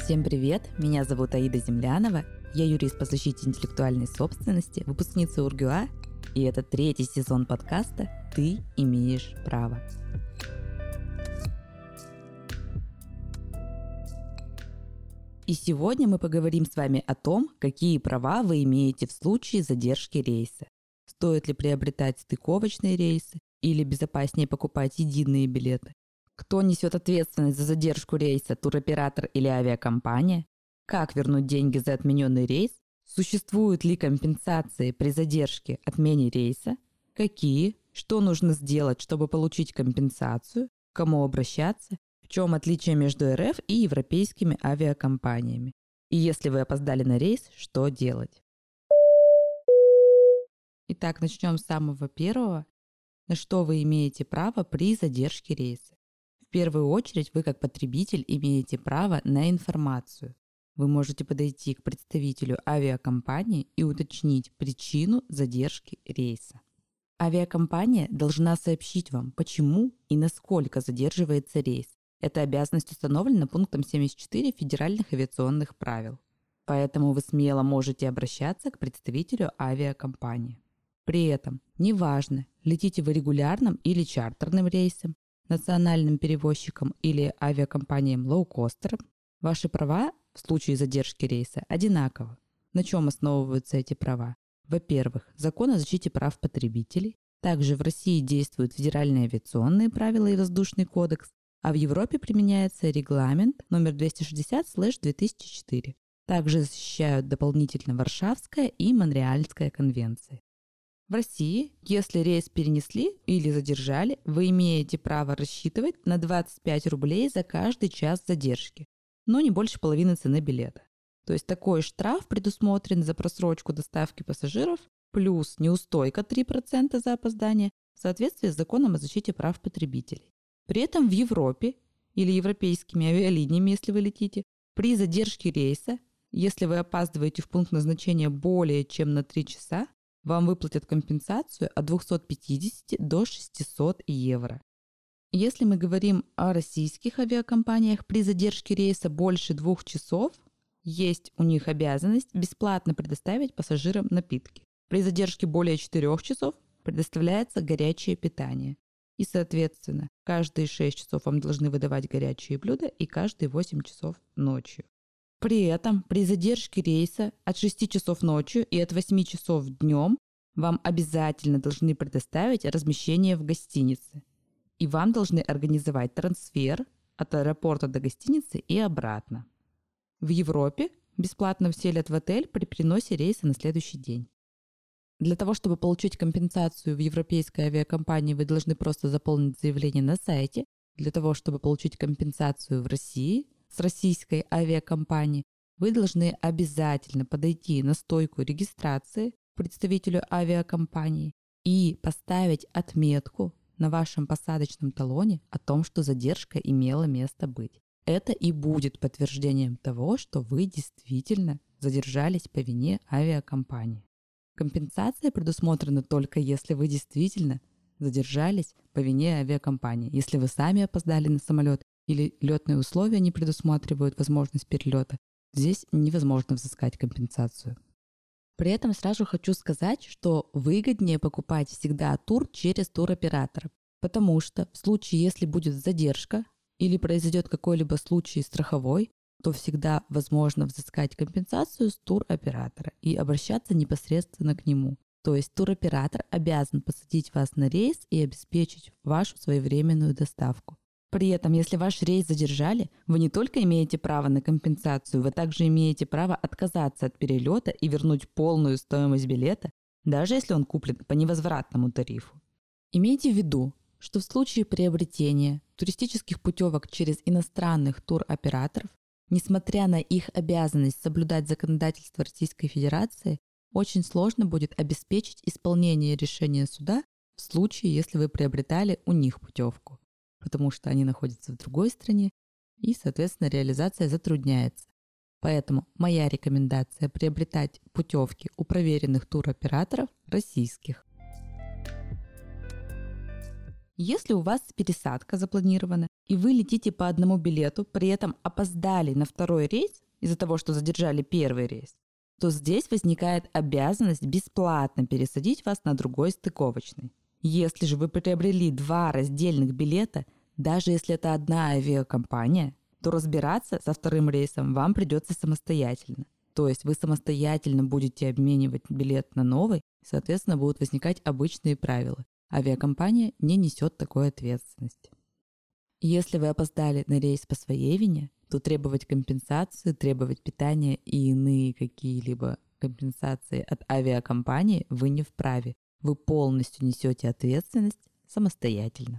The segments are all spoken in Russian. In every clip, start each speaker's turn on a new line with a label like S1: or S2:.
S1: Всем привет, меня зовут Аида Землянова, я юрист по защите интеллектуальной собственности, выпускница УрГУА, и это 3-й сезон подкаста «Ты имеешь право». И сегодня мы поговорим с вами о том, какие права вы имеете в случае задержки рейса. Стоит ли приобретать стыковочные рейсы или безопаснее покупать единые билеты? Кто несет ответственность за задержку рейса, туроператор или авиакомпания? Как вернуть деньги за отмененный рейс? Существуют ли компенсации при задержке отмене рейса? Какие? Что нужно сделать, чтобы получить компенсацию? К кому обращаться? В чем отличие между РФ и европейскими авиакомпаниями? И если вы опоздали на рейс, что делать? Итак, начнем с самого первого. На что вы имеете право при задержке рейса? В первую очередь вы как потребитель имеете право на информацию. Вы можете подойти к представителю авиакомпании и уточнить причину задержки рейса. Авиакомпания должна сообщить вам, почему и насколько задерживается рейс. Эта обязанность установлена пунктом 74 Федеральных авиационных правил. Поэтому вы смело можете обращаться к представителю авиакомпании. При этом неважно, летите вы регулярным или чартерным рейсом, национальным перевозчиком или авиакомпаниям лоукостером, ваши права в случае задержки рейса одинаковы. На чем основываются эти права? Во-первых, закон о защите прав потребителей. Также в России действуют федеральные авиационные правила и воздушный кодекс, а в Европе применяется регламент номер 260/2004. Также защищают дополнительно Варшавская и Монреальская конвенции. В России, если рейс перенесли или задержали, вы имеете право рассчитывать на 25 рублей за каждый час задержки, но не больше половины цены билета. То есть такой штраф предусмотрен за просрочку доставки пассажиров плюс неустойка 3% за опоздание в соответствии с законом о защите прав потребителей. При этом в Европе или европейскими авиалиниями, если вы летите, при задержке рейса, если вы опаздываете в пункт назначения более чем на 3 часа, вам выплатят компенсацию от 250 до 600 евро. Если мы говорим о российских авиакомпаниях, при задержке рейса больше 2 часов, есть у них обязанность бесплатно предоставить пассажирам напитки. При задержке более 4 часов предоставляется горячее питание. И, соответственно, каждые 6 часов вам должны выдавать горячие блюда и каждые 8 часов ночью. При этом при задержке рейса от 6 часов ночью и от 8 часов днем вам обязательно должны предоставить размещение в гостинице. И вам должны организовать трансфер от аэропорта до гостиницы и обратно. В Европе бесплатно вселят в отель при переносе рейса на следующий день. Для того, чтобы получить компенсацию в европейской авиакомпании, вы должны просто заполнить заявление на сайте. Для того, чтобы получить компенсацию в России с российской авиакомпанией, вы должны обязательно подойти на стойку регистрации к представителю авиакомпании и поставить отметку на вашем посадочном талоне о том, что задержка имела место быть. Это и будет подтверждением того, что вы действительно задержались по вине авиакомпании. Компенсация предусмотрена только если вы действительно задержались по вине авиакомпании. Если вы сами опоздали на самолет или летные условия не предусматривают возможность перелета, здесь невозможно взыскать компенсацию. При этом сразу хочу сказать, что выгоднее покупать всегда тур через туроператора, потому что в случае, если будет задержка или произойдет какой-либо случай страховой, то всегда возможно взыскать компенсацию с туроператора и обращаться непосредственно к нему. То есть туроператор обязан посадить вас на рейс и обеспечить вашу своевременную доставку. При этом, если ваш рейс задержали, вы не только имеете право на компенсацию, вы также имеете право отказаться от перелета и вернуть полную стоимость билета, даже если он куплен по невозвратному тарифу. Имейте в виду, что в случае приобретения туристических путевок через иностранных туроператоров, несмотря на их обязанность соблюдать законодательство Российской Федерации, очень сложно будет обеспечить исполнение решения суда в случае, если вы приобретали у них путевку, потому что они находятся в другой стране и, соответственно, реализация затрудняется. Поэтому моя рекомендация – приобретать путевки у проверенных туроператоров российских. Если у вас пересадка запланирована, и вы летите по одному билету, при этом опоздали на второй рейс из-за того, что задержали первый рейс, то здесь возникает обязанность бесплатно пересадить вас на другой стыковочный. Если же вы приобрели 2 раздельных билета, даже если это одна авиакомпания, то разбираться со вторым рейсом вам придется самостоятельно. То есть вы самостоятельно будете обменивать билет на новый, и, соответственно, будут возникать обычные правила. Авиакомпания не несет такой ответственности. Если вы опоздали на рейс по своей вине, то требовать компенсации, требовать питания и иные какие-либо компенсации от авиакомпании вы не вправе. Вы полностью несете ответственность самостоятельно.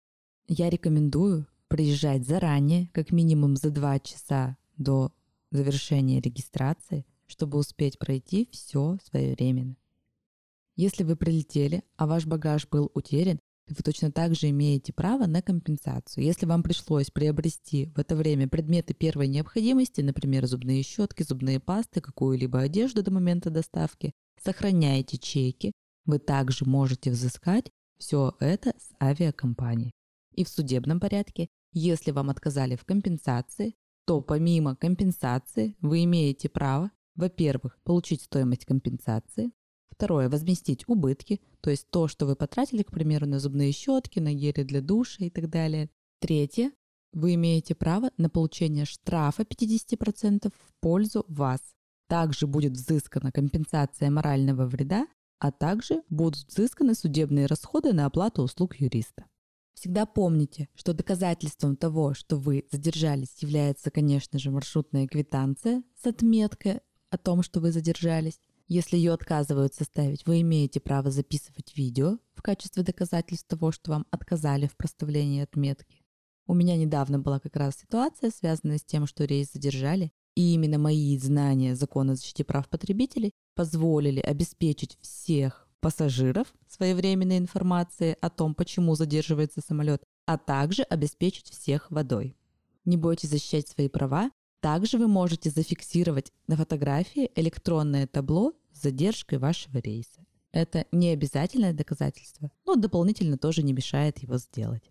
S1: Я рекомендую приезжать заранее, как минимум за 2 часа до завершения регистрации, чтобы успеть пройти все своевременно. Если вы прилетели, а ваш багаж был утерян, вы точно так же имеете право на компенсацию. Если вам пришлось приобрести в это время предметы первой необходимости, например, зубные щетки, зубные пасты, какую-либо одежду до момента доставки, сохраняйте чеки, вы также можете взыскать все это с авиакомпании. И в судебном порядке, если вам отказали в компенсации, то помимо компенсации вы имеете право, во-первых, получить стоимость компенсации, второе, возместить убытки, то есть то, что вы потратили, к примеру, на зубные щетки, на гели для душа и так далее. Третье, вы имеете право на получение штрафа 50% в пользу вас. Также будет взыскана компенсация морального вреда, а также будут взысканы судебные расходы на оплату услуг юриста. Всегда помните, что доказательством того, что вы задержались, является, конечно же, маршрутная квитанция с отметкой о том, что вы задержались. Если ее отказывают составить, вы имеете право записывать видео в качестве доказательства того, что вам отказали в проставлении отметки. У меня недавно была как раз ситуация, связанная с тем, что рейс задержали, и именно мои знания закона о защите прав потребителей позволили обеспечить всех пассажиров своевременной информацией о том, почему задерживается самолет, а также обеспечить всех водой. Не бойтесь защищать свои права. Также вы можете зафиксировать на фотографии электронное табло с задержкой вашего рейса. Это не обязательное доказательство, но дополнительно тоже не мешает его сделать.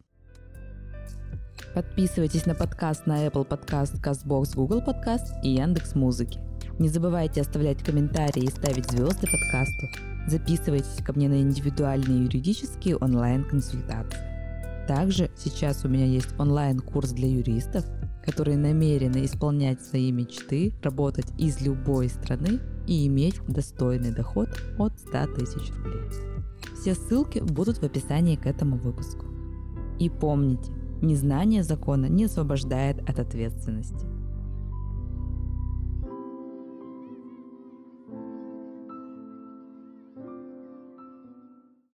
S1: Подписывайтесь на подкаст на Apple Podcast, CastBox, Google Podcast и Яндекс.Музыки. Не забывайте оставлять комментарии и ставить звезды подкасту. Записывайтесь ко мне на индивидуальные юридические онлайн-консультации. Также сейчас у меня есть онлайн-курс для юристов, которые намерены исполнять свои мечты, работать из любой страны и иметь достойный доход от 100 000 рублей. Все ссылки будут в описании к этому выпуску. И помните, незнание закона не освобождает от ответственности.